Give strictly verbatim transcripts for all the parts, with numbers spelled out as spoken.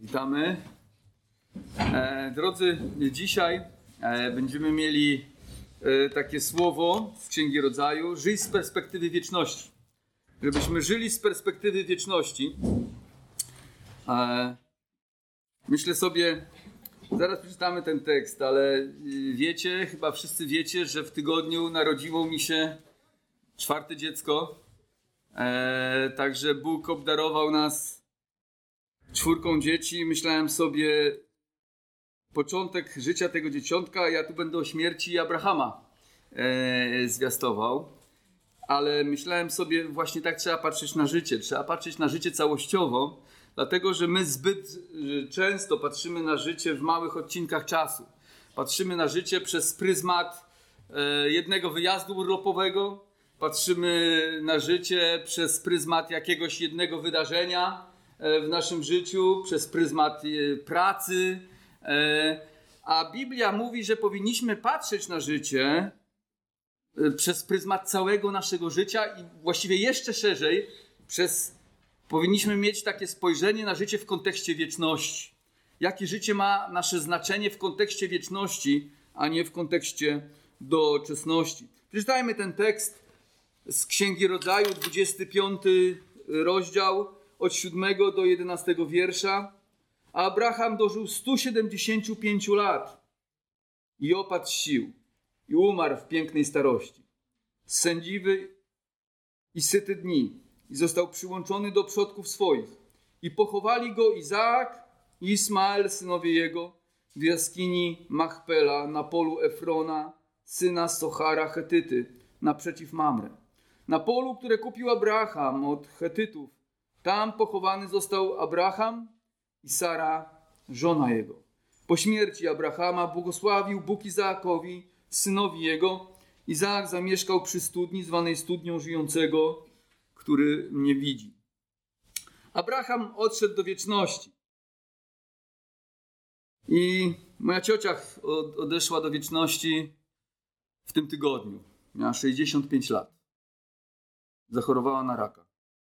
Witamy. E, drodzy, dzisiaj e, będziemy mieli e, takie słowo z Księgi Rodzaju: żyj z perspektywy wieczności. Żebyśmy żyli z perspektywy wieczności. E, myślę sobie, zaraz przeczytamy ten tekst, ale wiecie, chyba wszyscy wiecie, że w tygodniu narodziło mi się czwarte dziecko. E, także Bóg obdarował nas czwórką dzieci. Myślałem sobie, początek życia tego dzieciątka, ja tu będę o śmierci Abrahama e, zwiastował. Ale myślałem sobie, właśnie tak trzeba patrzeć na życie. Trzeba patrzeć na życie całościowo, dlatego że my zbyt często patrzymy na życie w małych odcinkach czasu. Patrzymy na życie przez pryzmat e, jednego wyjazdu urlopowego. Patrzymy na życie przez pryzmat jakiegoś jednego wydarzenia w naszym życiu, przez pryzmat pracy. A Biblia mówi, że powinniśmy patrzeć na życie przez pryzmat całego naszego życia i właściwie jeszcze szerzej, przez, powinniśmy mieć takie spojrzenie na życie w kontekście wieczności. Jakie życie ma nasze znaczenie w kontekście wieczności, a nie w kontekście doczesności. Przeczytajmy ten tekst z Księgi Rodzaju, dwudziesty piąty rozdział, od siódmego do jedenastego wiersza. A Abraham dożył stu siedemdziesięciu pięciu lat i opadł z sił i umarł w pięknej starości. Sędziwy i syty dni i został przyłączony do przodków swoich. I pochowali go Izaak i Ismael, synowie jego, w jaskini Machpela na polu Efrona, syna Sochara Chetyty, naprzeciw Mamre. Na polu, które kupił Abraham od Chetytów, tam pochowany został Abraham i Sara, żona jego. Po śmierci Abrahama błogosławił Bóg Izaakowi, synowi jego. Izaak zamieszkał przy studni, zwanej studnią żyjącego, który mnie widzi. Abraham odszedł do wieczności. I moja ciocia odeszła do wieczności w tym tygodniu. Miała sześćdziesiąt pięć lat. Zachorowała na raka.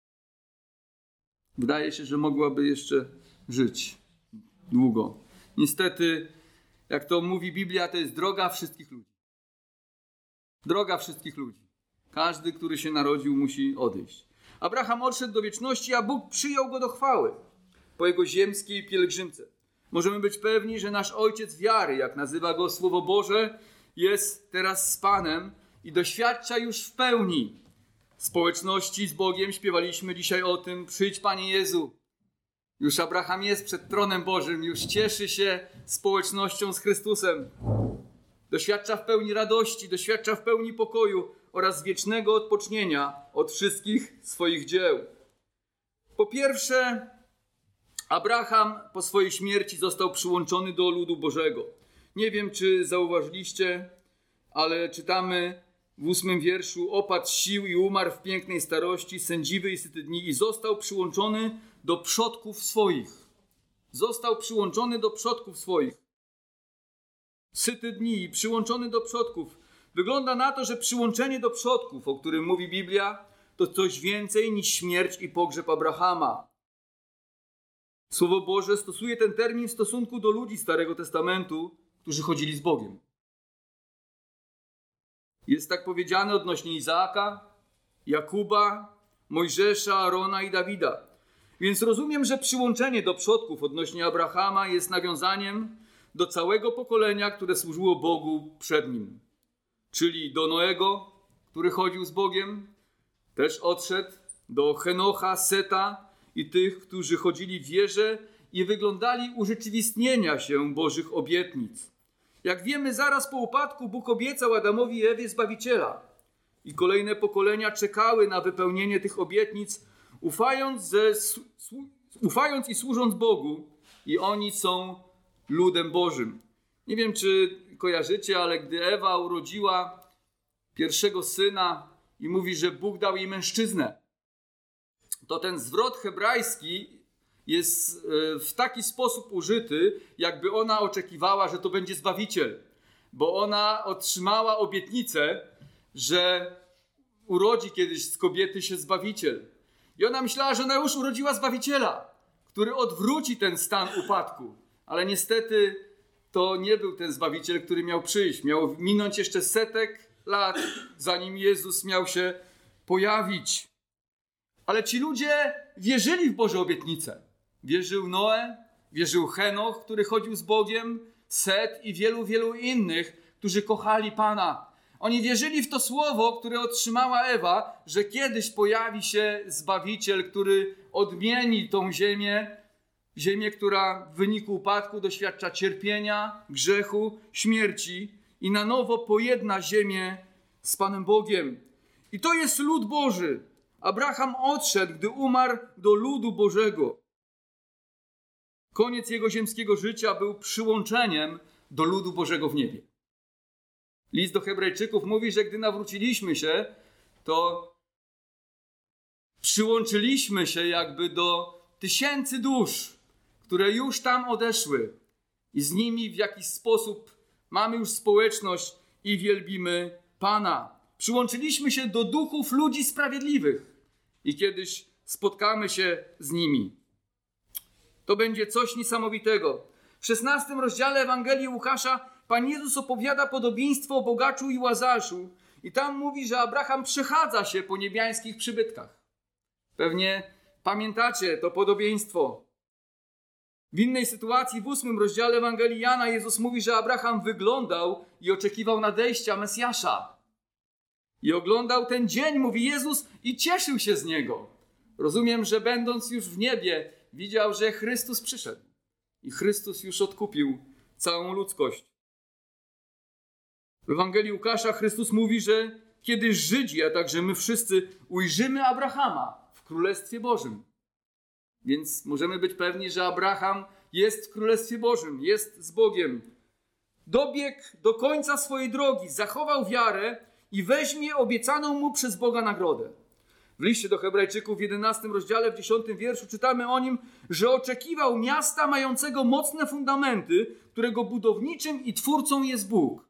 Wydaje się, że mogłaby jeszcze żyć długo. Niestety, jak to mówi Biblia, to jest droga wszystkich ludzi. Droga wszystkich ludzi. Każdy, który się narodził, musi odejść. Abraham odszedł do wieczności, a Bóg przyjął go do chwały po jego ziemskiej pielgrzymce. Możemy być pewni, że nasz ojciec wiary, jak nazywa go Słowo Boże, jest teraz z Panem i doświadcza już w pełni społeczności z Bogiem. Śpiewaliśmy dzisiaj o tym: przyjdź, Panie Jezu. Już Abraham jest przed tronem Bożym, już cieszy się społecznością z Chrystusem. Doświadcza w pełni radości, doświadcza w pełni pokoju oraz wiecznego odpocznienia od wszystkich swoich dzieł. Po pierwsze, Abraham po swojej śmierci został przyłączony do ludu Bożego. Nie wiem, czy zauważyliście, ale czytamy w ósmym wierszu: opadł z sił i umarł w pięknej starości, sędziwy i syty dni, i został przyłączony do przodków swoich. Został przyłączony do przodków swoich. Syty dni i przyłączony do przodków. Wygląda na to, że przyłączenie do przodków, o którym mówi Biblia, to coś więcej niż śmierć i pogrzeb Abrahama. Słowo Boże stosuje ten termin w stosunku do ludzi Starego Testamentu, którzy chodzili z Bogiem. Jest tak powiedziane odnośnie Izaaka, Jakuba, Mojżesza, Arona i Dawida. Więc rozumiem, że przyłączenie do przodków odnośnie Abrahama jest nawiązaniem do całego pokolenia, które służyło Bogu przed nim. Czyli do Noego, który chodził z Bogiem, też odszedł, do Henocha, Seta i tych, którzy chodzili w wierze i wyglądali urzeczywistnienia się Bożych obietnic. Jak wiemy, zaraz po upadku Bóg obiecał Adamowi i Ewie Zbawiciela. I kolejne pokolenia czekały na wypełnienie tych obietnic, ufając, ze, ufając i służąc Bogu. I oni są ludem Bożym. Nie wiem, czy kojarzycie, ale gdy Ewa urodziła pierwszego syna i mówi, że Bóg dał jej mężczyznę, to ten zwrot hebrajski jest w taki sposób użyty, jakby ona oczekiwała, że to będzie Zbawiciel. Bo ona otrzymała obietnicę, że urodzi kiedyś z kobiety się Zbawiciel. I ona myślała, że ona już urodziła Zbawiciela, który odwróci ten stan upadku. Ale niestety to nie był ten Zbawiciel, który miał przyjść. Miał minąć jeszcze setek lat, zanim Jezus miał się pojawić. Ale ci ludzie wierzyli w Boże obietnice. Wierzył Noe, wierzył Henoch, który chodził z Bogiem, Set i wielu, wielu innych, którzy kochali Pana. Oni wierzyli w to słowo, które otrzymała Ewa, że kiedyś pojawi się Zbawiciel, który odmieni tą ziemię, ziemię, która w wyniku upadku doświadcza cierpienia, grzechu, śmierci i na nowo pojedna ziemię z Panem Bogiem. I to jest lud Boży. Abraham odszedł, gdy umarł do ludu Bożego. Koniec jego ziemskiego życia był przyłączeniem do ludu Bożego w niebie. List do Hebrajczyków mówi, że gdy nawróciliśmy się, to przyłączyliśmy się jakby do tysięcy dusz, które już tam odeszły i z nimi w jakiś sposób mamy już społeczność i wielbimy Pana. Przyłączyliśmy się do duchów ludzi sprawiedliwych i kiedyś spotkamy się z nimi. To będzie coś niesamowitego. W szesnastym rozdziale Ewangelii Łukasza Pan Jezus opowiada podobieństwo o bogaczu i Łazarzu i tam mówi, że Abraham przechadza się po niebiańskich przybytkach. Pewnie pamiętacie to podobieństwo. W innej sytuacji w ósmym rozdziale Ewangelii Jana Jezus mówi, że Abraham wyglądał i oczekiwał nadejścia Mesjasza. I oglądał ten dzień, mówi Jezus, i cieszył się z niego. Rozumiem, że będąc już w niebie, widział, że Chrystus przyszedł. I Chrystus już odkupił całą ludzkość. W Ewangelii Łukasza Chrystus mówi, że kiedy Żydzi, a także my wszyscy ujrzymy Abrahama w Królestwie Bożym. Więc możemy być pewni, że Abraham jest w Królestwie Bożym, jest z Bogiem. Dobiegł do końca swojej drogi, zachował wiarę i weźmie obiecaną mu przez Boga nagrodę. W liście do Hebrajczyków w jedenastym rozdziale, w dziesiątym wierszu czytamy o nim, że oczekiwał miasta mającego mocne fundamenty, którego budowniczym i twórcą jest Bóg.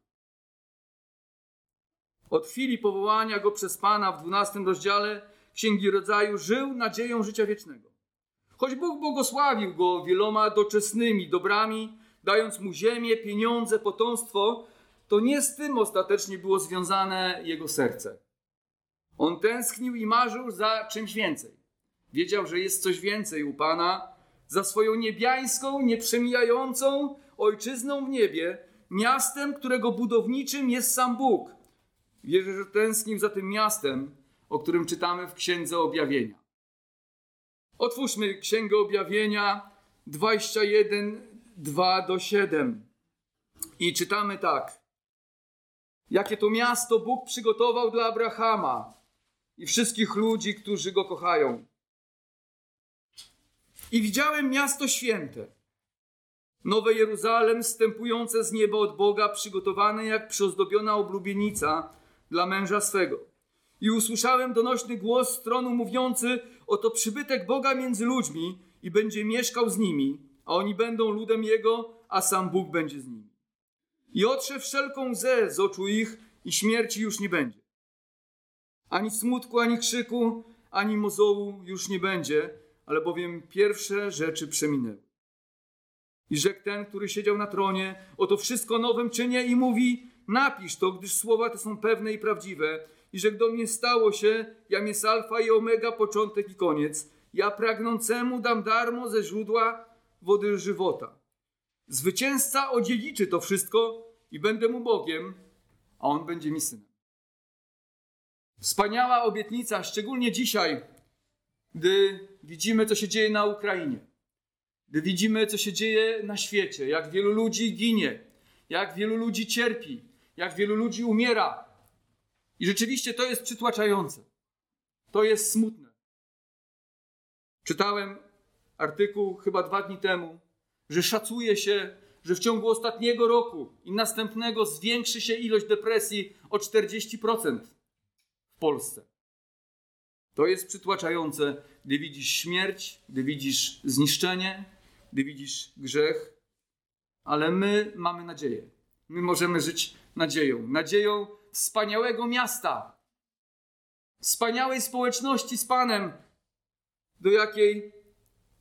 Od chwili powołania go przez Pana w dwunastym rozdziale Księgi Rodzaju żył nadzieją życia wiecznego. Choć Bóg błogosławił go wieloma doczesnymi dobrami, dając mu ziemię, pieniądze, potomstwo, to nie z tym ostatecznie było związane jego serce. On tęsknił i marzył za czymś więcej. Wiedział, że jest coś więcej u Pana, za swoją niebiańską, nieprzemijającą ojczyzną w niebie, miastem, którego budowniczym jest sam Bóg. Wierzę, że tęsknił za tym miastem, o którym czytamy w Księdze Objawienia. Otwórzmy Księgę Objawienia dwadzieścia jeden, dwa do siedem. I czytamy tak. Jakie to miasto Bóg przygotował dla Abrahama i wszystkich ludzi, którzy go kochają. I widziałem miasto święte, Nowe Jeruzalem, zstępujące z nieba od Boga, przygotowane jak przyozdobiona oblubienica dla męża swego. I usłyszałem donośny głos z tronu mówiący, oto przybytek Boga między ludźmi i będzie mieszkał z nimi, a oni będą ludem Jego, a sam Bóg będzie z nimi. I otrze wszelką łzę z oczu ich i śmierci już nie będzie. Ani smutku, ani krzyku, ani mozołu już nie będzie, ale bowiem pierwsze rzeczy przeminęły. I rzekł ten, który siedział na tronie, oto wszystko nowym czynię i mówi, napisz to, gdyż słowa te są pewne i prawdziwe. I rzekł do mnie, stało się, jam jest alfa i omega, początek i koniec. Ja pragnącemu dam darmo ze źródła wody żywota. Zwycięzca odziedziczy to wszystko i będę mu Bogiem, a on będzie mi synem. Wspaniała obietnica, szczególnie dzisiaj, gdy widzimy, co się dzieje na Ukrainie. Gdy widzimy, co się dzieje na świecie, jak wielu ludzi ginie, jak wielu ludzi cierpi, jak wielu ludzi umiera. I rzeczywiście to jest przytłaczające. To jest smutne. Czytałem artykuł chyba dwa dni temu, że szacuje się, że w ciągu ostatniego roku i następnego zwiększy się ilość depresji o czterdzieści procent w Polsce. To jest przytłaczające, gdy widzisz śmierć, gdy widzisz zniszczenie, gdy widzisz grzech, ale my mamy nadzieję. My możemy żyć nadzieją. Nadzieją wspaniałego miasta, wspaniałej społeczności z Panem, do jakiej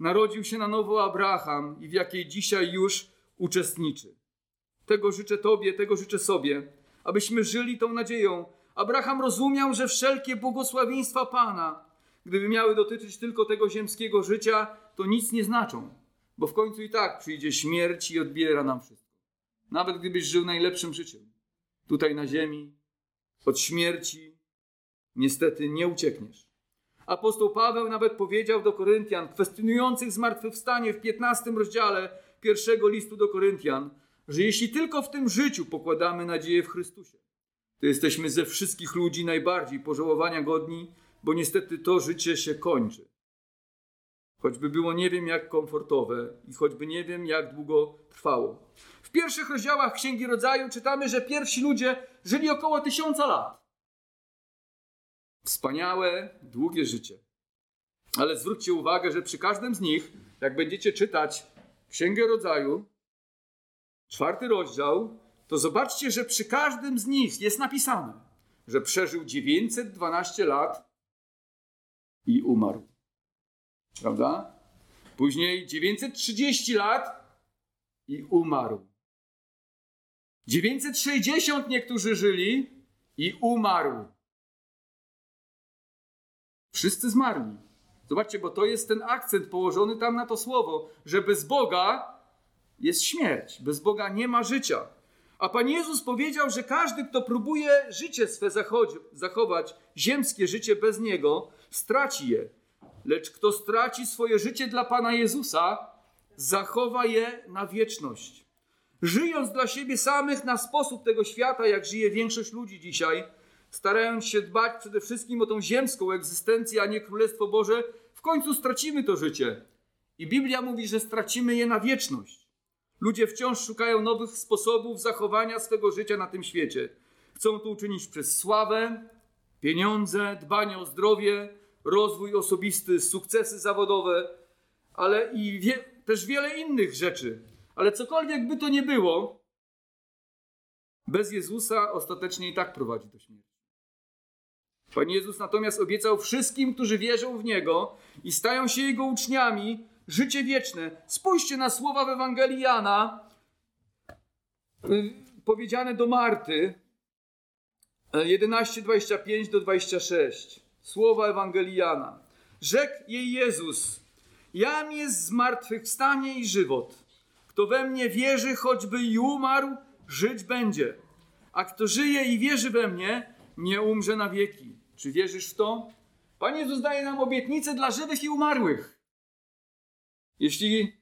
narodził się na nowo Abraham i w jakiej dzisiaj już uczestniczy. Tego życzę Tobie, tego życzę sobie, abyśmy żyli tą nadzieją. Abraham rozumiał, że wszelkie błogosławieństwa Pana, gdyby miały dotyczyć tylko tego ziemskiego życia, to nic nie znaczą, bo w końcu i tak przyjdzie śmierć i odbiera nam wszystko. Nawet gdybyś żył najlepszym życiem tutaj na ziemi, od śmierci niestety nie uciekniesz. Apostoł Paweł nawet powiedział do Koryntian, kwestionujących zmartwychwstanie w piętnastym rozdziale pierwszego listu do Koryntian, że jeśli tylko w tym życiu pokładamy nadzieję w Chrystusie, to jesteśmy ze wszystkich ludzi najbardziej pożałowania godni, bo niestety to życie się kończy. Choćby było nie wiem jak komfortowe i choćby nie wiem jak długo trwało. W pierwszych rozdziałach Księgi Rodzaju czytamy, że pierwsi ludzie żyli około tysiąca lat. Wspaniałe, długie życie. Ale zwróćcie uwagę, że przy każdym z nich, jak będziecie czytać Księgę Rodzaju, czwarty rozdział, to zobaczcie, że przy każdym z nich jest napisane, że przeżył dziewięćset dwanaście lat i umarł. Prawda? Później dziewięćset trzydzieści lat i umarł. dziewięćset sześćdziesiąt niektórzy żyli i umarł. Wszyscy zmarli. Zobaczcie, bo to jest ten akcent położony tam na to słowo, że bez Boga jest śmierć. Bez Boga nie ma życia. A Pan Jezus powiedział, że każdy, kto próbuje życie swe zachować, ziemskie życie bez Niego, straci je. Lecz kto straci swoje życie dla Pana Jezusa, zachowa je na wieczność. Żyjąc dla siebie samych na sposób tego świata, jak żyje większość ludzi dzisiaj, starając się dbać przede wszystkim o tą ziemską egzystencję, a nie Królestwo Boże, w końcu stracimy to życie. I Biblia mówi, że stracimy je na wieczność. Ludzie wciąż szukają nowych sposobów zachowania swego życia na tym świecie. Chcą to uczynić przez sławę, pieniądze, dbanie o zdrowie, rozwój osobisty, sukcesy zawodowe, ale i wie, też wiele innych rzeczy. Ale cokolwiek by to nie było, bez Jezusa ostatecznie i tak prowadzi do śmierci. Pan Jezus natomiast obiecał wszystkim, którzy wierzą w Niego i stają się Jego uczniami, życie wieczne. Spójrzcie na słowa w Ewangelii Jana, powiedziane do Marty, jedenaście, dwadzieścia pięć do dwudziestego szóstego. Słowa Ewangelii Jana. Rzekł jej Jezus: Jam jest zmartwychwstanie i żywot. Kto we mnie wierzy, choćby i umarł, żyć będzie. A kto żyje i wierzy we mnie, nie umrze na wieki. Czy wierzysz w to? Pan Jezus daje nam obietnicę dla żywych i umarłych. Jeśli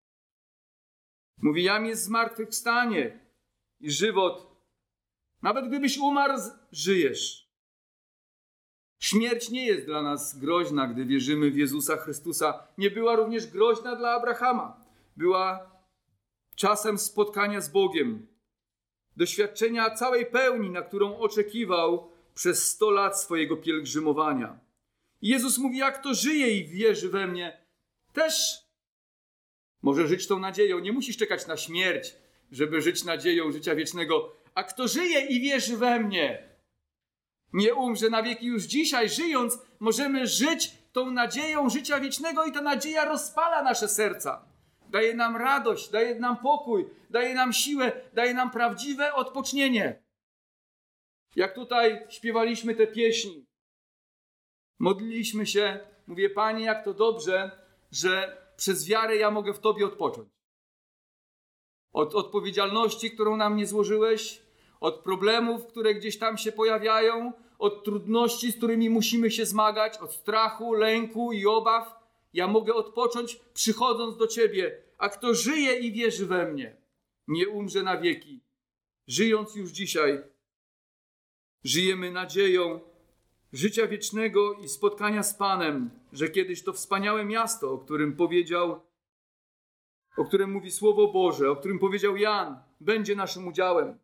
mówi, jam jest zmartwychwstanie i żywot, nawet gdybyś umarł, żyjesz. Śmierć nie jest dla nas groźna, gdy wierzymy w Jezusa Chrystusa. Nie była również groźna dla Abrahama. Była czasem spotkania z Bogiem. Doświadczenia całej pełni, na którą oczekiwał przez sto lat swojego pielgrzymowania. I Jezus mówi, jak kto żyje i wierzy we mnie, też może żyć tą nadzieją. Nie musisz czekać na śmierć, żeby żyć nadzieją życia wiecznego. A kto żyje i wierzy we mnie, nie umrze na wieki. Już dzisiaj, żyjąc, możemy żyć tą nadzieją życia wiecznego i ta nadzieja rozpala nasze serca. Daje nam radość, daje nam pokój, daje nam siłę, daje nam prawdziwe odpocznienie. Jak tutaj śpiewaliśmy te pieśni, modliliśmy się, mówię, Panie, jak to dobrze, że przez wiarę ja mogę w Tobie odpocząć. Od odpowiedzialności, którą na mnie złożyłeś, od problemów, które gdzieś tam się pojawiają, od trudności, z którymi musimy się zmagać, od strachu, lęku i obaw. Ja mogę odpocząć, przychodząc do Ciebie. A kto żyje i wierzy we mnie, nie umrze na wieki. Żyjąc już dzisiaj, żyjemy nadzieją życia wiecznego i spotkania z Panem, że kiedyś to wspaniałe miasto, o którym powiedział, o którym mówi Słowo Boże, o którym powiedział Jan, będzie naszym udziałem.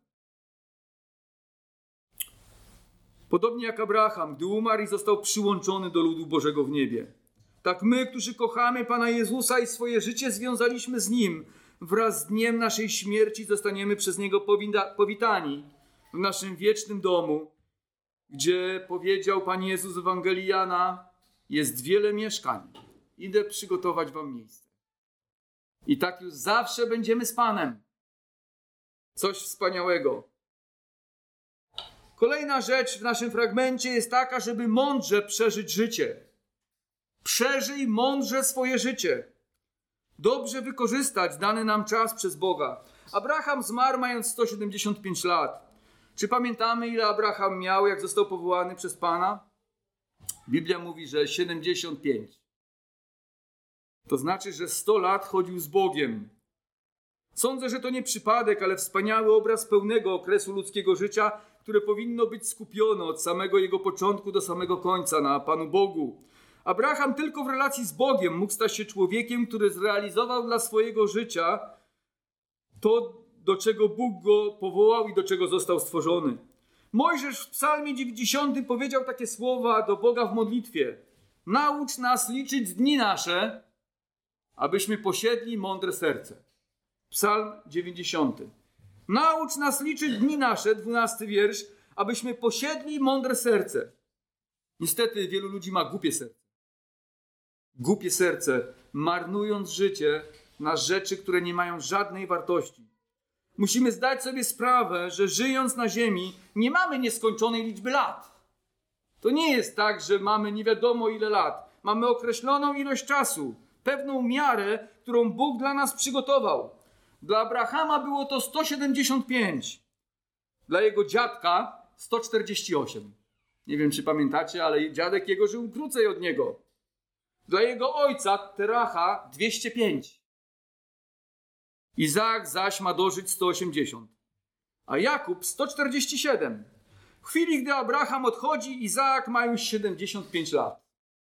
Podobnie jak Abraham, gdy umarł i został przyłączony do ludu Bożego w niebie. Tak my, którzy kochamy Pana Jezusa i swoje życie związaliśmy z Nim, wraz z dniem naszej śmierci zostaniemy przez Niego powita- powitani w naszym wiecznym domu, gdzie powiedział Pan Jezus w Ewangelii Jana, jest wiele mieszkań idę przygotować wam miejsce. I tak już zawsze będziemy z Panem. Coś wspaniałego. Kolejna rzecz w naszym fragmencie jest taka, żeby mądrze przeżyć życie. Przeżyj mądrze swoje życie. Dobrze wykorzystać dany nam czas przez Boga. Abraham zmarł mając sto siedemdziesiąt pięć lat. Czy pamiętamy, ile Abraham miał, jak został powołany przez Pana? Biblia mówi, że siedemdziesiąt pięć. To znaczy, że sto lat chodził z Bogiem. Sądzę, że to nie przypadek, ale wspaniały obraz pełnego okresu ludzkiego życia, które powinno być skupione od samego jego początku do samego końca na Panu Bogu. Abraham tylko w relacji z Bogiem mógł stać się człowiekiem, który zrealizował dla swojego życia to, do czego Bóg go powołał i do czego został stworzony. Mojżesz w psalmie dziewięćdziesiątym powiedział takie słowa do Boga w modlitwie. Naucz nas liczyć dni nasze, abyśmy posiedli mądre serce. Psalm dziewięćdziesiąty. Naucz nas liczyć dni nasze, dwunasty wiersz, abyśmy posiedli mądre serce. Niestety wielu ludzi ma głupie serce. Głupie serce, marnując życie na rzeczy, które nie mają żadnej wartości. Musimy zdać sobie sprawę, że żyjąc na ziemi nie mamy nieskończonej liczby lat. To nie jest tak, że mamy nie wiadomo ile lat. Mamy określoną ilość czasu, pewną miarę, którą Bóg dla nas przygotował. Dla Abrahama było to sto siedemdziesiąt pięć. Dla jego dziadka sto czterdzieści osiem. Nie wiem, czy pamiętacie, ale dziadek jego żył krócej od niego. Dla jego ojca Teracha dwieście pięć. Izaak zaś ma dożyć sto osiemdziesiąt. A Jakub sto czterdzieści siedem. W chwili, gdy Abraham odchodzi, Izaak ma już siedemdziesiąt pięć lat.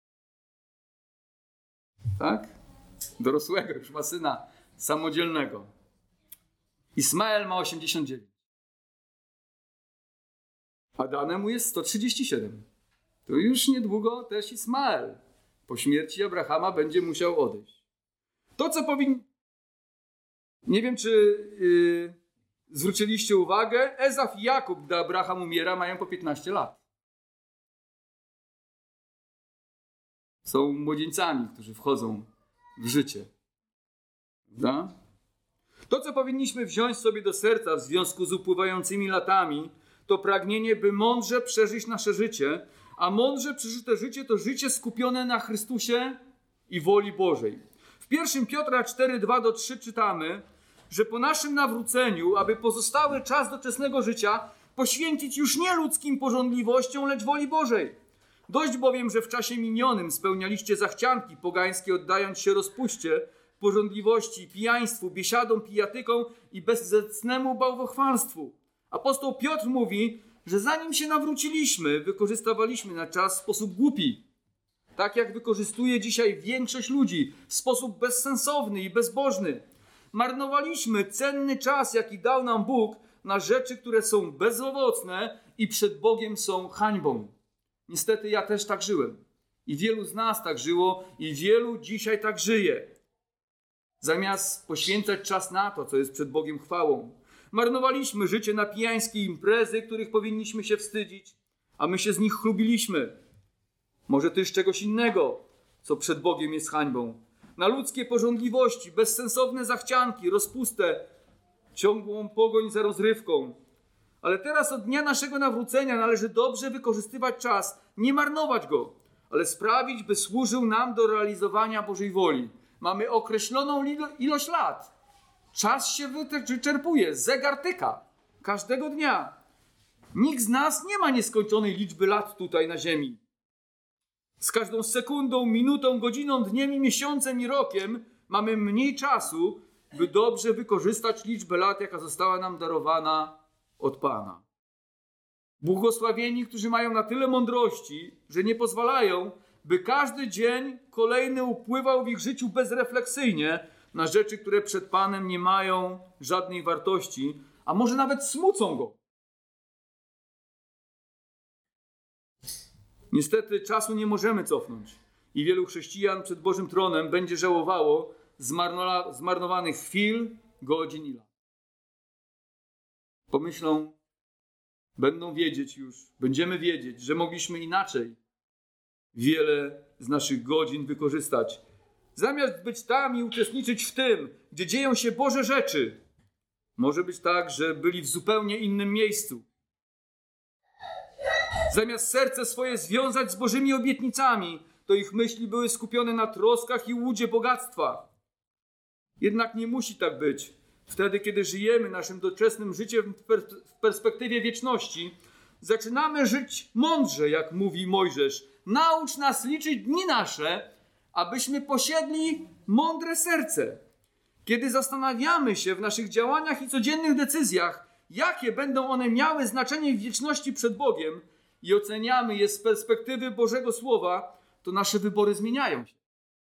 Tak? Dorosłego, już ma syna samodzielnego. Ismael ma osiemdziesiąt dziewięć. A dane mu jest sto trzydzieści siedem. To już niedługo też Ismael po śmierci Abrahama będzie musiał odejść. To, co powinien... Nie wiem, czy yy, zwróciliście uwagę, Ezaf i Jakub, gdy Abraham umiera, mają po piętnaście lat. Są młodzieńcami, którzy wchodzą w życie. Prawda? To, co powinniśmy wziąć sobie do serca w związku z upływającymi latami, to pragnienie, by mądrze przeżyć nasze życie, a mądrze przeżyte życie to życie skupione na Chrystusie i woli Bożej. W pierwszym Piotra cztery, dwa do trzy czytamy, że po naszym nawróceniu, aby pozostały czas doczesnego życia poświęcić już nie ludzkim pożądliwościom, lecz woli Bożej. Dość bowiem, że w czasie minionym spełnialiście zachcianki pogańskie, oddając się rozpuście, pożądliwości, pijaństwu, biesiadom, pijatykom i bezzacnemu bałwochwalstwu. Apostoł Piotr mówi, że zanim się nawróciliśmy, wykorzystywaliśmy na czas w sposób głupi. Tak jak wykorzystuje dzisiaj większość ludzi, w sposób bezsensowny i bezbożny. Marnowaliśmy cenny czas, jaki dał nam Bóg, na rzeczy, które są bezowocne i przed Bogiem są hańbą. Niestety ja też tak żyłem. I wielu z nas tak żyło i wielu dzisiaj tak żyje. Zamiast poświęcać czas na to, co jest przed Bogiem chwałą. Marnowaliśmy życie na pijańskie imprezy, których powinniśmy się wstydzić, a my się z nich chlubiliśmy. Może też czegoś innego, co przed Bogiem jest hańbą. Na ludzkie pożądliwości, bezsensowne zachcianki, rozpustę, ciągłą pogoń za rozrywką. Ale teraz od dnia naszego nawrócenia należy dobrze wykorzystywać czas, nie marnować go, ale sprawić, by służył nam do realizowania Bożej woli. Mamy określoną ilość lat. Czas się wyczerpuje, zegar tyka. Każdego dnia. Nikt z nas nie ma nieskończonej liczby lat tutaj na ziemi. Z każdą sekundą, minutą, godziną, dniem i miesiącem i rokiem mamy mniej czasu, by dobrze wykorzystać liczbę lat, jaka została nam darowana od Pana. Błogosławieni, którzy mają na tyle mądrości, że nie pozwalają, by każdy dzień kolejny upływał w ich życiu bezrefleksyjnie na rzeczy, które przed Panem nie mają żadnej wartości, a może nawet smucą Go. Niestety czasu nie możemy cofnąć i wielu chrześcijan przed Bożym Tronem będzie żałowało zmarnola- zmarnowanych chwil, godzin i lat. Pomyślą, będą wiedzieć już, będziemy wiedzieć, że mogliśmy inaczej wiele z naszych godzin wykorzystać, Zamiast być tam i uczestniczyć w tym, gdzie dzieją się Boże rzeczy, może być tak, że byli w zupełnie innym miejscu. Zamiast serce swoje związać z Bożymi obietnicami, to ich myśli były skupione na troskach i łudzie bogactwa. Jednak nie musi tak być. Wtedy, kiedy żyjemy naszym doczesnym życiem w perspektywie wieczności, zaczynamy żyć mądrze, jak mówi Mojżesz. Naucz nas liczyć dni nasze, abyśmy posiedli mądre serce. Kiedy zastanawiamy się w naszych działaniach i codziennych decyzjach, jakie będą one miały znaczenie w wieczności przed Bogiem i oceniamy je z perspektywy Bożego Słowa, to nasze wybory zmieniają się.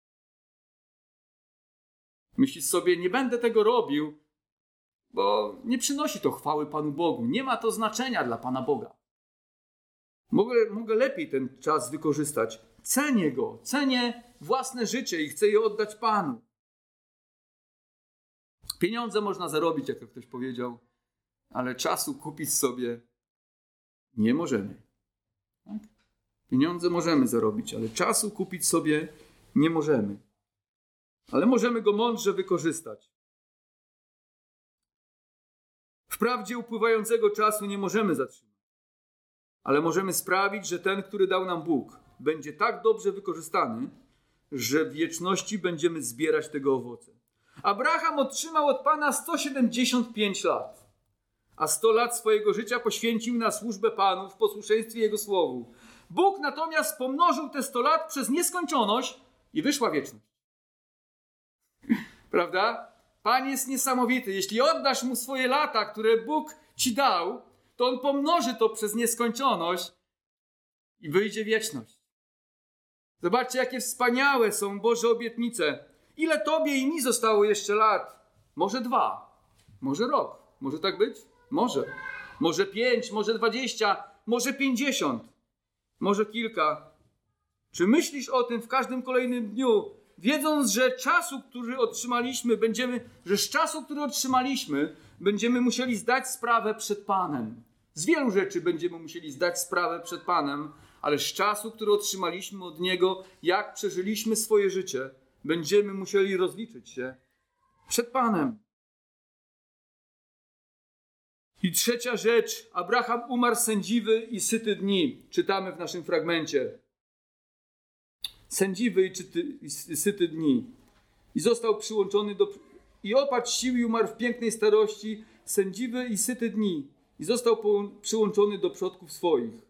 Myślisz sobie, nie będę tego robił, bo nie przynosi to chwały Panu Bogu. Nie ma to znaczenia dla Pana Boga. Mogę, mogę lepiej ten czas wykorzystać. Cenię go, cenię własne życie i chcę je oddać Panu. Pieniądze można zarobić, jak ktoś powiedział, ale czasu kupić sobie nie możemy. Tak? Pieniądze możemy zarobić, ale czasu kupić sobie nie możemy. Ale możemy go mądrze wykorzystać. Wprawdzie upływającego czasu nie możemy zatrzymać, ale możemy sprawić, że ten, który dał nam Bóg, będzie tak dobrze wykorzystany, że w wieczności będziemy zbierać tego owoce. Abraham otrzymał od Pana sto siedemdziesiąt pięć lat, a sto lat swojego życia poświęcił na służbę Panu w posłuszeństwie Jego słowu. Bóg natomiast pomnożył te sto lat przez nieskończoność i wyszła wieczność. Prawda? Pan jest niesamowity. Jeśli oddasz Mu swoje lata, które Bóg Ci dał, to On pomnoży to przez nieskończoność i wyjdzie wieczność. Zobaczcie, jakie wspaniałe są Boże obietnice. Ile Tobie i mi zostało jeszcze lat? Może dwa, może rok. Może tak być? Może. Może pięć, może dwadzieścia, może pięćdziesiąt, może kilka. Czy myślisz o tym w każdym kolejnym dniu, wiedząc, że czasu, który otrzymaliśmy, będziemy, że z czasu, który otrzymaliśmy, będziemy musieli zdać sprawę przed Panem. Z wielu rzeczy będziemy musieli zdać sprawę przed Panem, ale z czasu, który otrzymaliśmy od Niego, jak przeżyliśmy swoje życie, będziemy musieli rozliczyć się przed Panem. I trzecia rzecz. Abraham umarł sędziwy i syty dni. Czytamy w naszym fragmencie. Sędziwy i, czyty, i syty dni. I został przyłączony do... I opadł sił i umarł w pięknej starości, sędziwy i syty dni. I został po, przyłączony do przodków swoich.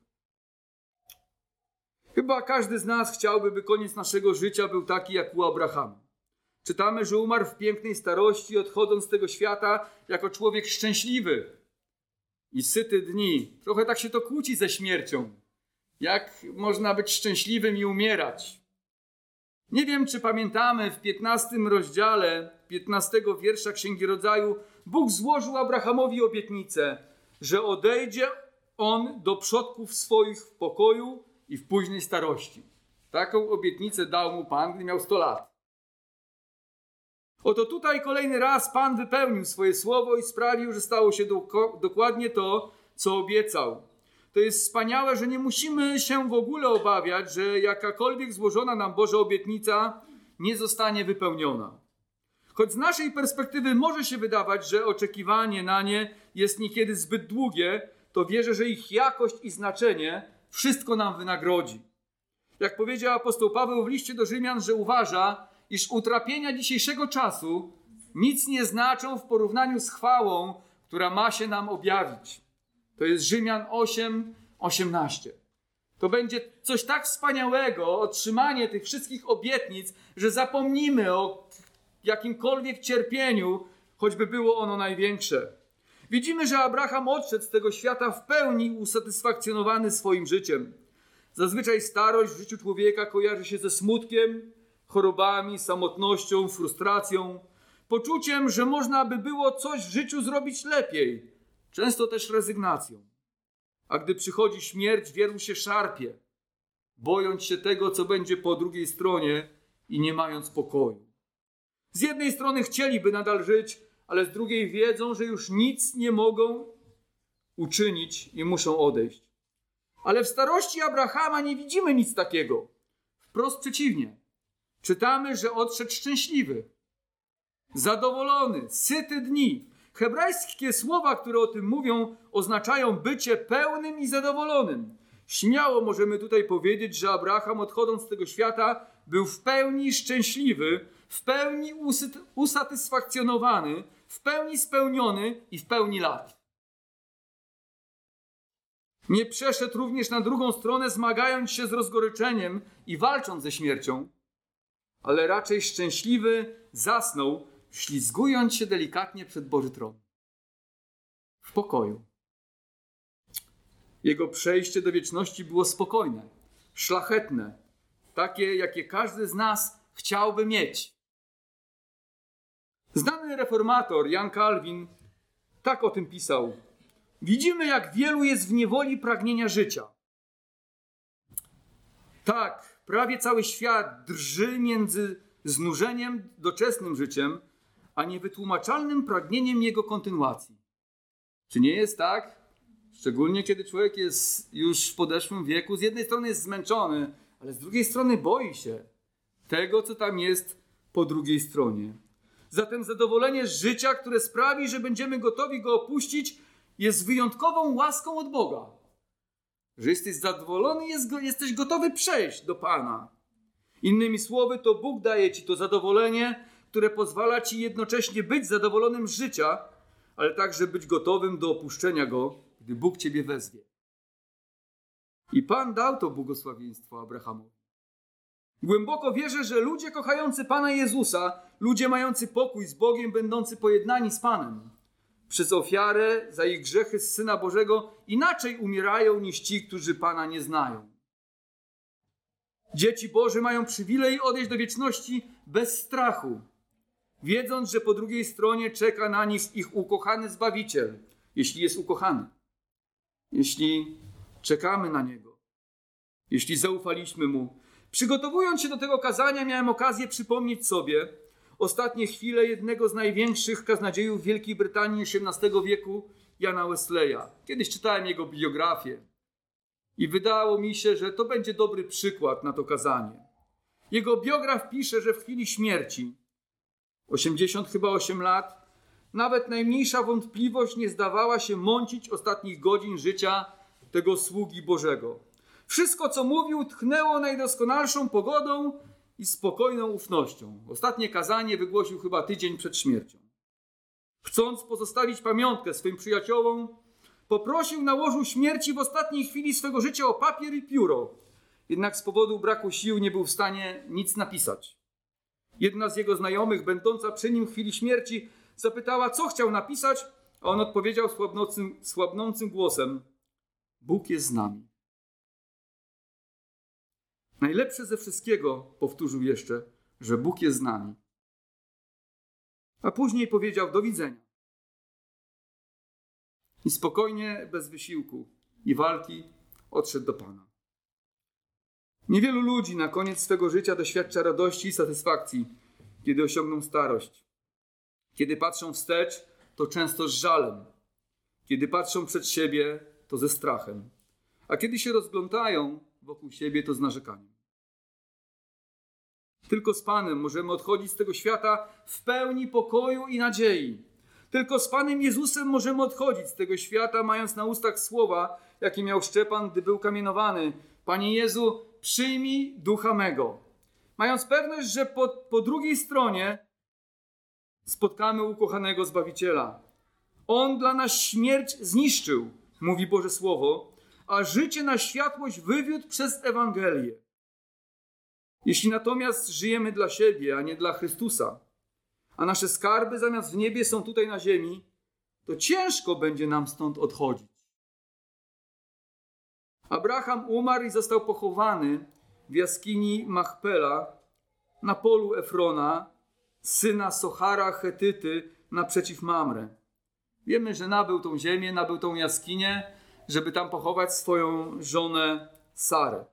Chyba każdy z nas chciałby, by koniec naszego życia był taki jak u Abrahama. Czytamy, że umarł w pięknej starości, odchodząc z tego świata jako człowiek szczęśliwy i syty dni. Trochę tak się to kłóci ze śmiercią. Jak można być szczęśliwym i umierać? Nie wiem, czy pamiętamy, w piętnastym rozdziale, piętnastego wiersza Księgi Rodzaju, Bóg złożył Abrahamowi obietnicę, że odejdzie on do przodków swoich w pokoju i w późnej starości. Taką obietnicę dał mu Pan, gdy miał sto lat. Oto tutaj kolejny raz Pan wypełnił swoje słowo i sprawił, że stało się do, dokładnie to, co obiecał. To jest wspaniałe, że nie musimy się w ogóle obawiać, że jakakolwiek złożona nam Boża obietnica nie zostanie wypełniona. Choć z naszej perspektywy może się wydawać, że oczekiwanie na nie jest niekiedy zbyt długie, to wierzę, że ich jakość i znaczenie wszystko nam wynagrodzi. Jak powiedział apostoł Paweł w liście do Rzymian, że uważa, iż utrapienia dzisiejszego czasu nic nie znaczą w porównaniu z chwałą, która ma się nam objawić. To jest Rzymian osiem, osiemnaście. To będzie coś tak wspaniałego, otrzymanie tych wszystkich obietnic, że zapomnimy o jakimkolwiek cierpieniu, choćby było ono największe. Widzimy, że Abraham odszedł z tego świata w pełni usatysfakcjonowany swoim życiem. Zazwyczaj starość w życiu człowieka kojarzy się ze smutkiem, chorobami, samotnością, frustracją, poczuciem, że można by było coś w życiu zrobić lepiej, często też rezygnacją. A gdy przychodzi śmierć, wielu się szarpie, bojąc się tego, co będzie po drugiej stronie i nie mając pokoju. Z jednej strony chcieliby nadal żyć, ale z drugiej wiedzą, że już nic nie mogą uczynić i muszą odejść. Ale w starości Abrahama nie widzimy nic takiego. Wprost przeciwnie. czytamy, że odszedł szczęśliwy, zadowolony, syty dni. Hebrajskie słowa, które o tym mówią, oznaczają bycie pełnym i zadowolonym. Śmiało możemy tutaj powiedzieć, że Abraham, odchodząc z tego świata, był w pełni szczęśliwy, w pełni usyt- usatysfakcjonowany, w pełni spełniony i w pełni lat. Nie przeszedł również na drugą stronę, zmagając się z rozgoryczeniem i walcząc ze śmiercią, ale raczej szczęśliwy zasnął, ślizgując się delikatnie przed Boży tron. W pokoju. Jego przejście do wieczności było spokojne, szlachetne, takie, jakie każdy z nas chciałby mieć. Znany reformator Jan Kalwin tak o tym pisał. Widzimy, jak wielu jest w niewoli pragnienia życia. Tak, prawie cały świat drży między znużeniem doczesnym życiem, a niewytłumaczalnym pragnieniem jego kontynuacji. Czy nie jest tak? Szczególnie kiedy człowiek jest już w podeszłym wieku, z jednej strony jest zmęczony, ale z drugiej strony boi się tego, co tam jest po drugiej stronie. Zatem zadowolenie z życia, które sprawi, że będziemy gotowi go opuścić, jest wyjątkową łaską od Boga. Że jesteś zadowolony, jest, jesteś gotowy przejść do Pana. Innymi słowy, to Bóg daje ci to zadowolenie, które pozwala ci jednocześnie być zadowolonym z życia, ale także być gotowym do opuszczenia go, gdy Bóg ciebie wezwie. I Pan dał to błogosławieństwo Abrahamowi. Głęboko wierzę, że ludzie kochający Pana Jezusa, ludzie mający pokój z Bogiem, będący pojednani z Panem, przez ofiarę za ich grzechy z Syna Bożego inaczej umierają niż ci, którzy Pana nie znają. Dzieci Boże mają przywilej odejść do wieczności bez strachu, wiedząc, że po drugiej stronie czeka na nich ich ukochany Zbawiciel, jeśli jest ukochany. Jeśli czekamy na Niego, jeśli zaufaliśmy Mu. Przygotowując się do tego kazania, miałem okazję przypomnieć sobie ostatnie chwile jednego z największych kaznodziejów Wielkiej Brytanii osiemnastego wieku, Jana Wesleya. Kiedyś czytałem jego biografię i wydało mi się, że to będzie dobry przykład na to kazanie. Jego biograf pisze, że w chwili śmierci, osiemdziesiąt chyba osiem lat, nawet najmniejsza wątpliwość nie zdawała się mącić ostatnich godzin życia tego sługi Bożego. Wszystko, co mówił, tchnęło najdoskonalszą pogodą i spokojną ufnością. Ostatnie kazanie wygłosił chyba tydzień przed śmiercią. Chcąc pozostawić pamiątkę swoim przyjaciołom, poprosił na łożu śmierci w ostatniej chwili swego życia o papier i pióro. Jednak z powodu braku sił nie był w stanie nic napisać. Jedna z jego znajomych, będąca przy nim w chwili śmierci, zapytała, co chciał napisać, a on odpowiedział słabnącym, słabnącym głosem: Bóg jest z nami. Najlepsze ze wszystkiego, powtórzył jeszcze, że Bóg jest z nami. A później powiedział: do widzenia. I spokojnie, bez wysiłku i walki odszedł do Pana. Niewielu ludzi na koniec swego życia doświadcza radości i satysfakcji, kiedy osiągną starość. Kiedy patrzą wstecz, to często z żalem. Kiedy patrzą przed siebie, to ze strachem. A kiedy się rozglądają wokół siebie, to z narzekaniem. Tylko z Panem możemy odchodzić z tego świata w pełni pokoju i nadziei. Tylko z Panem Jezusem możemy odchodzić z tego świata, mając na ustach słowa, jakie miał Szczepan, gdy był kamienowany: Panie Jezu, przyjmij ducha mego. Mając pewność, że po, po drugiej stronie spotkamy ukochanego Zbawiciela. On dla nas śmierć zniszczył, mówi Boże Słowo, a życie na światłość wywiódł przez Ewangelię. Jeśli natomiast żyjemy dla siebie, a nie dla Chrystusa, a nasze skarby zamiast w niebie są tutaj na ziemi, to ciężko będzie nam stąd odchodzić. Abraham umarł i został pochowany w jaskini Machpela na polu Efrona, syna Sochara Chetyty, naprzeciw Mamre. Wiemy, że nabył tą ziemię, nabył tą jaskinię, żeby tam pochować swoją żonę Sarę.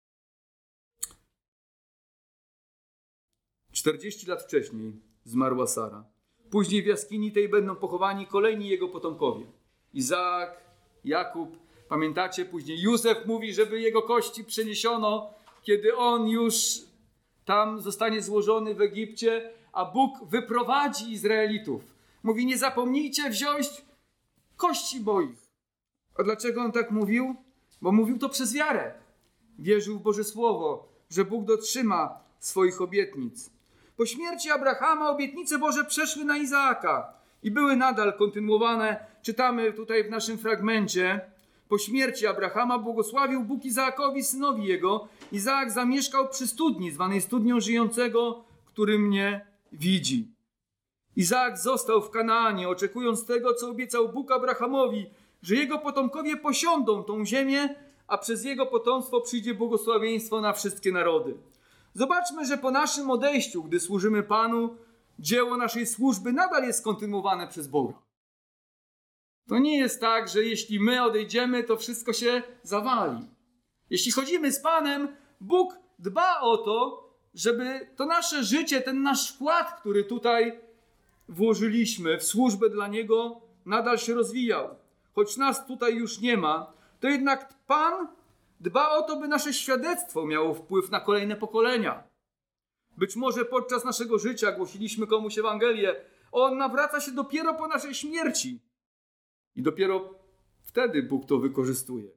czterdzieści lat wcześniej zmarła Sara. Później w jaskini tej będą pochowani kolejni jego potomkowie. Izaak, Jakub. Pamiętacie? Później Józef mówi, żeby jego kości przeniesiono, kiedy on już tam zostanie złożony w Egipcie, a Bóg wyprowadzi Izraelitów. Mówi, nie zapomnijcie wziąć kości moich. A dlaczego on tak mówił? Bo mówił to przez wiarę. Wierzył w Boże Słowo, że Bóg dotrzyma swoich obietnic. Po śmierci Abrahama obietnice Boże przeszły na Izaaka i były nadal kontynuowane. Czytamy tutaj w naszym fragmencie. Po śmierci Abrahama błogosławił Bóg Izaakowi, synowi jego. Izaak zamieszkał przy studni, zwanej studnią żyjącego, który mnie widzi. Izaak został w Kanaanie, oczekując tego, co obiecał Bóg Abrahamowi, że jego potomkowie posiądą tą ziemię, a przez jego potomstwo przyjdzie błogosławieństwo na wszystkie narody. Zobaczmy, że po naszym odejściu, gdy służymy Panu, dzieło naszej służby nadal jest kontynuowane przez Boga. To nie jest tak, że jeśli my odejdziemy, to wszystko się zawali. Jeśli chodzimy z Panem, Bóg dba o to, żeby to nasze życie, ten nasz wkład, który tutaj włożyliśmy w służbę dla Niego, nadal się rozwijał. Choć nas tutaj już nie ma, to jednak Pan dba o to, by nasze świadectwo miało wpływ na kolejne pokolenia. Być może podczas naszego życia głosiliśmy komuś Ewangelię. On nawraca się dopiero po naszej śmierci. I dopiero wtedy Bóg to wykorzystuje.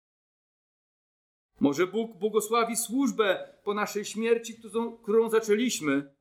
Może Bóg błogosławi służbę po naszej śmierci, którą, którą zaczęliśmy.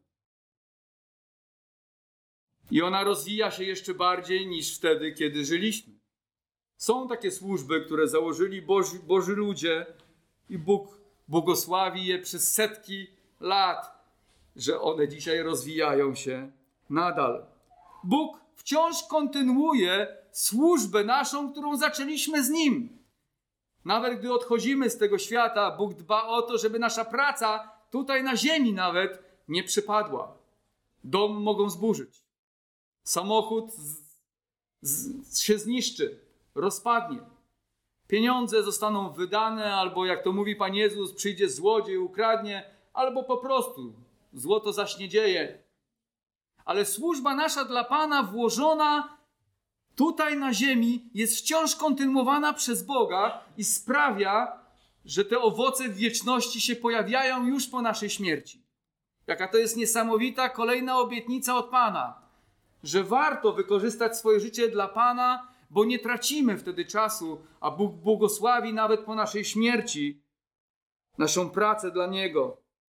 I ona rozwija się jeszcze bardziej niż wtedy, kiedy żyliśmy. Są takie służby, które założyli Boży, Boży ludzie i Bóg błogosławi je przez setki lat, że one dzisiaj rozwijają się nadal. Bóg wciąż kontynuuje służbę naszą, którą zaczęliśmy z Nim. Nawet gdy odchodzimy z tego świata, Bóg dba o to, żeby nasza praca tutaj na ziemi nawet nie przypadła. Dom mogą zburzyć. Samochód z, z, się zniszczy, rozpadnie. Pieniądze zostaną wydane, albo jak to mówi Pan Jezus, przyjdzie złodziej, ukradnie, albo po prostu złoto zaśniedzieje. Ale służba nasza dla Pana włożona tutaj na ziemi jest wciąż kontynuowana przez Boga i sprawia, że te owoce w wieczności się pojawiają już po naszej śmierci. Jaka to jest niesamowita kolejna obietnica od Pana, że warto wykorzystać swoje życie dla Pana, bo nie tracimy wtedy czasu, a Bóg błogosławi nawet po naszej śmierci naszą pracę dla Niego.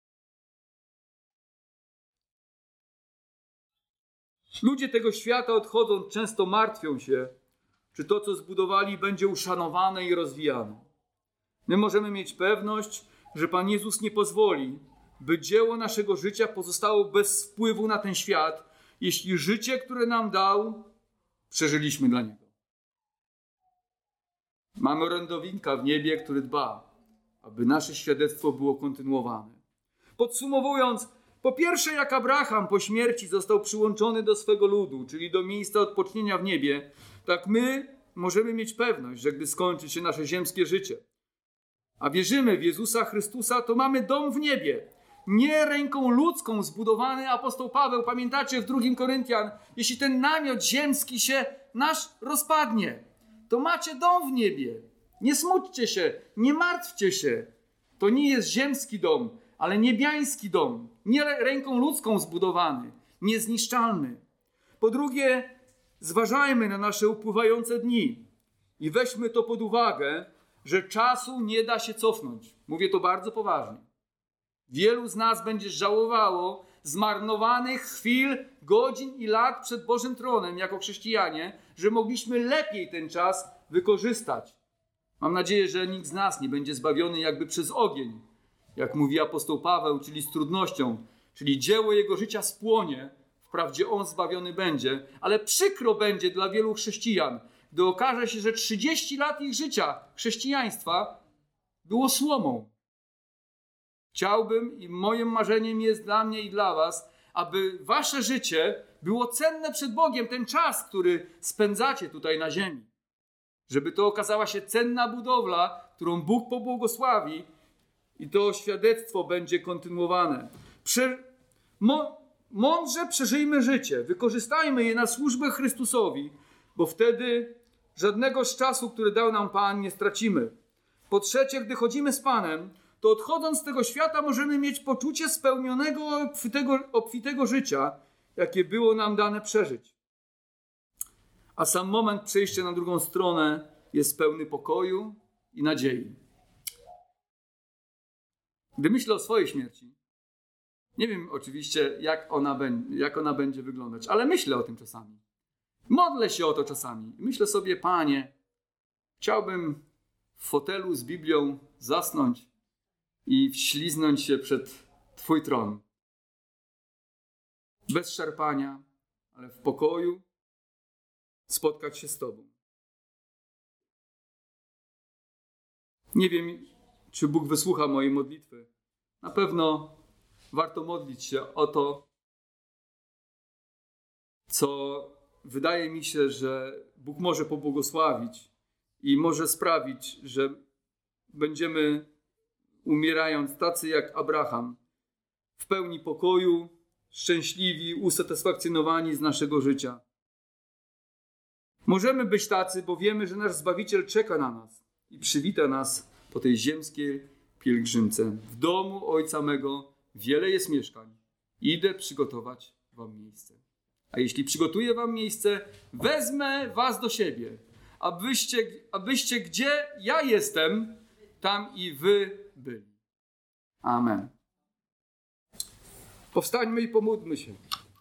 Ludzie tego świata odchodząc często martwią się, czy to, co zbudowali, będzie uszanowane i rozwijane. My możemy mieć pewność, że Pan Jezus nie pozwoli, by dzieło naszego życia pozostało bez wpływu na ten świat, jeśli życie, które nam dał, przeżyliśmy dla Niego. Mamy orędownika w niebie, który dba, aby nasze świadectwo było kontynuowane. Podsumowując, po pierwsze, jak Abraham po śmierci został przyłączony do swego ludu, czyli do miejsca odpocznienia w niebie, tak my możemy mieć pewność, że gdy skończy się nasze ziemskie życie, a wierzymy w Jezusa Chrystusa, to mamy dom w niebie. Nie ręką ludzką zbudowany. Apostoł Paweł, pamiętacie w drugim Koryntian, jeśli ten namiot ziemski się nasz rozpadnie, to macie dom w niebie. Nie smućcie się, nie martwcie się. To nie jest ziemski dom, ale niebiański dom. Nie ręką ludzką zbudowany, niezniszczalny. Po drugie, zważajmy na nasze upływające dni i weźmy to pod uwagę, że czasu nie da się cofnąć. Mówię to bardzo poważnie. Wielu z nas będzie żałowało zmarnowanych chwil, godzin i lat przed Bożym Tronem jako chrześcijanie, że mogliśmy lepiej ten czas wykorzystać. Mam nadzieję, że nikt z nas nie będzie zbawiony jakby przez ogień, jak mówi apostoł Paweł, czyli z trudnością, czyli dzieło jego życia spłonie, wprawdzie on zbawiony będzie, ale przykro będzie dla wielu chrześcijan, gdy okaże się, że trzydzieści lat ich życia chrześcijaństwa było słomą. Chciałbym i moim marzeniem jest dla mnie i dla was, aby wasze życie było cenne przed Bogiem, ten czas, który spędzacie tutaj na ziemi. Żeby to okazała się cenna budowla, którą Bóg pobłogosławi i to świadectwo będzie kontynuowane. Prze- mo- mądrze przeżyjmy życie, wykorzystajmy je na służbę Chrystusowi, bo wtedy żadnego z czasu, który dał nam Pan, nie stracimy. Po trzecie, gdy chodzimy z Panem, to to odchodząc z tego świata możemy mieć poczucie spełnionego, obfitego, obfitego życia, jakie było nam dane przeżyć. A sam moment przejścia na drugą stronę jest pełny pokoju i nadziei. Gdy myślę o swojej śmierci, nie wiem oczywiście, jak ona, be- jak ona będzie wyglądać, ale myślę o tym czasami. Modlę się o to czasami. Myślę sobie, Panie, chciałbym w fotelu z Biblią zasnąć i wśliznąć się przed Twój tron. Bez szarpania, ale w pokoju spotkać się z Tobą. Nie wiem, czy Bóg wysłucha mojej modlitwy. Na pewno warto modlić się o to, co wydaje mi się, że Bóg może pobłogosławić i może sprawić, że będziemy, umierając, tacy jak Abraham, w pełni pokoju, szczęśliwi, usatysfakcjonowani z naszego życia. Możemy być tacy, bo wiemy, że nasz Zbawiciel czeka na nas i przywita nas po tej ziemskiej pielgrzymce. W domu Ojca mego wiele jest mieszkań. Idę przygotować wam miejsce. A jeśli przygotuję wam miejsce, wezmę was do siebie, abyście, abyście gdzie ja jestem, tam i wy byli. Amen. Powstańmy i pomódlmy się.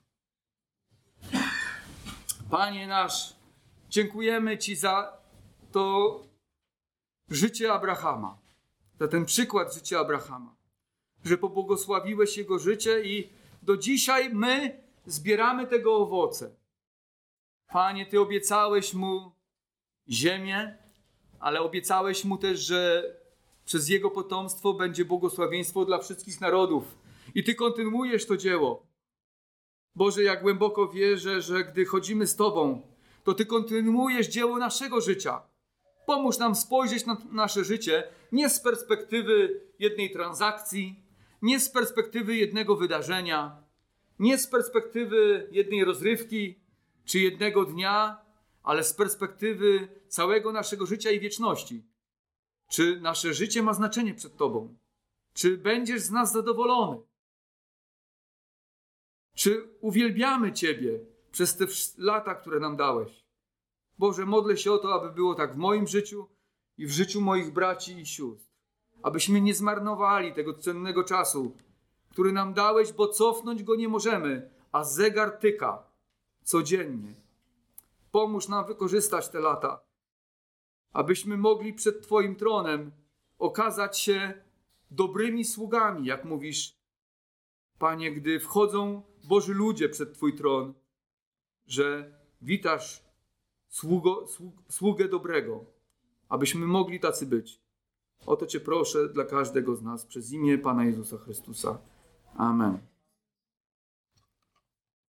Panie nasz, dziękujemy Ci za to życie Abrahama, za ten przykład życia Abrahama, że pobłogosławiłeś jego życie i do dzisiaj my zbieramy tego owoce. Panie, Ty obiecałeś mu ziemię, ale obiecałeś mu też, że przez jego potomstwo będzie błogosławieństwo dla wszystkich narodów. I Ty kontynuujesz to dzieło. Boże, ja głęboko wierzę, że gdy chodzimy z Tobą, to Ty kontynuujesz dzieło naszego życia. Pomóż nam spojrzeć na nasze życie nie z perspektywy jednej transakcji, nie z perspektywy jednego wydarzenia, nie z perspektywy jednej rozrywki czy jednego dnia, ale z perspektywy całego naszego życia i wieczności. Czy nasze życie ma znaczenie przed Tobą? Czy będziesz z nas zadowolony? Czy uwielbiamy Ciebie przez te lata, które nam dałeś? Boże, modlę się o to, aby było tak w moim życiu i w życiu moich braci i sióstr. Abyśmy nie zmarnowali tego cennego czasu, który nam dałeś, bo cofnąć go nie możemy, a zegar tyka codziennie. Pomóż nam wykorzystać te lata, abyśmy mogli przed Twoim tronem okazać się dobrymi sługami, jak mówisz, Panie, gdy wchodzą Boży ludzie przed Twój tron, że witasz sługo, sług, sługę dobrego, abyśmy mogli tacy być. O to Cię proszę dla każdego z nas przez imię Pana Jezusa Chrystusa. Amen.